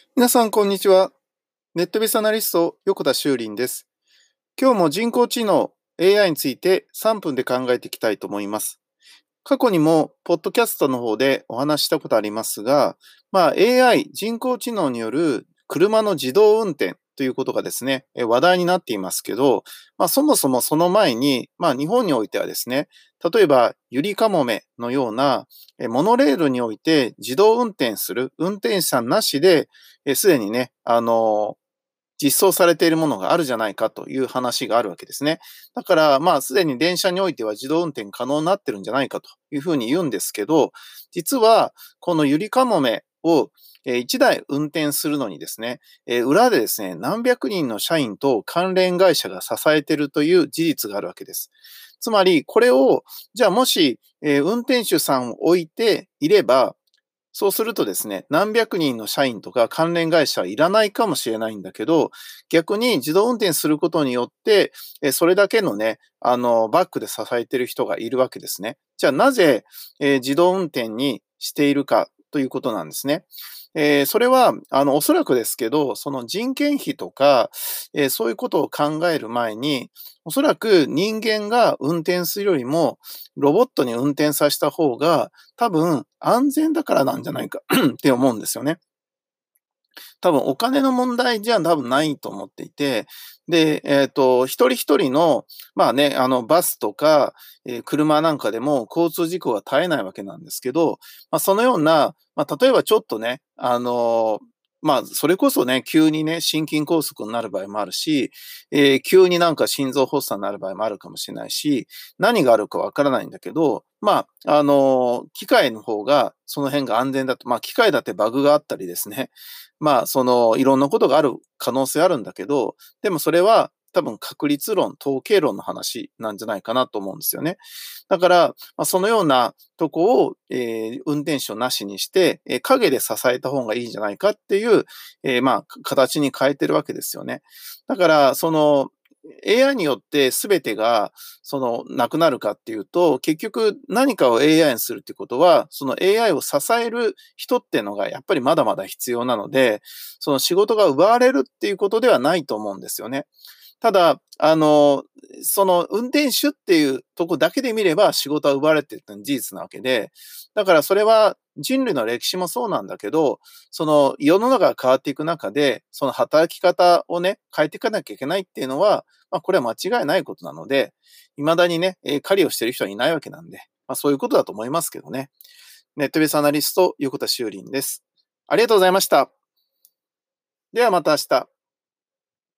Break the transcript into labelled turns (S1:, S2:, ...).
S1: 皆さん、こんにちは。ネットベースアナリスト、横田修林です。今日も人工知能 AI について3分で考えていきたいと思います。過去にも、ポッドキャストの方でお話ししたことありますが、AI、人工知能による車の自動運転ということがですね、話題になっていますけど、そもそもその前に、日本においてはですね、例えば、ゆりかもめのような、モノレールにおいて自動運転する運転手さんなしで、すでにね、実装されているものがあるじゃないかという話があるわけですね。だから、すでに電車においては自動運転可能になってるんじゃないかというふうに言うんですけど、実は、このゆりかもめを1台運転するのにですね、裏でですね、何百人の社員と関連会社が支えているという事実があるわけです。つまり、これを、じゃあもし、運転手さんを置いていれば、そうするとですね、何百人の社員とか関連会社はいらないかもしれないんだけど、逆に自動運転することによって、それだけのね、バックで支えている人がいるわけですね。じゃあなぜ、自動運転にしているかということなんですね。それは、おそらくですけど、その人件費とか、そういうことを考える前に、おそらく人間が運転するよりも、ロボットに運転させた方が、多分安全だからなんじゃないかって思うんですよね。多分お金の問題じゃ多分ないと思っていて、で、一人一人の、バスとか、車なんかでも交通事故は絶えないわけなんですけど、そのような、例えばちょっとね、それこそね、急にね、心筋梗塞になる場合もあるし、急になんか心臓発作になる場合もあるかもしれないし、何があるかわからないんだけど、機械の方がその辺が安全だと、機械だってバグがあったりですね、いろんなことがある可能性あるんだけど、でもそれは多分確率論、統計論の話なんじゃないかなと思うんですよね。だから、そのようなとこを、運転手をなしにして、陰で支えた方がいいんじゃないかっていう、形に変えてるわけですよね。だから、その、AI によって全てが、なくなるかっていうと、結局何かを AI にするってことは、その AI を支える人っていうのがやっぱりまだまだ必要なので、その仕事が奪われるっていうことではないと思うんですよね。ただ、その運転手っていうとこだけで見れば仕事は奪われてるってのは事実なわけで、だからそれは人類の歴史もそうなんだけど、その世の中が変わっていく中で、その働き方をね、変えていかなきゃいけないっていうのは、これは間違いないことなので、未だにね、狩りをしている人はいないわけなんで、そういうことだと思いますけどね。ネットベースアナリスト、横田修林です。ありがとうございました。ではまた明日。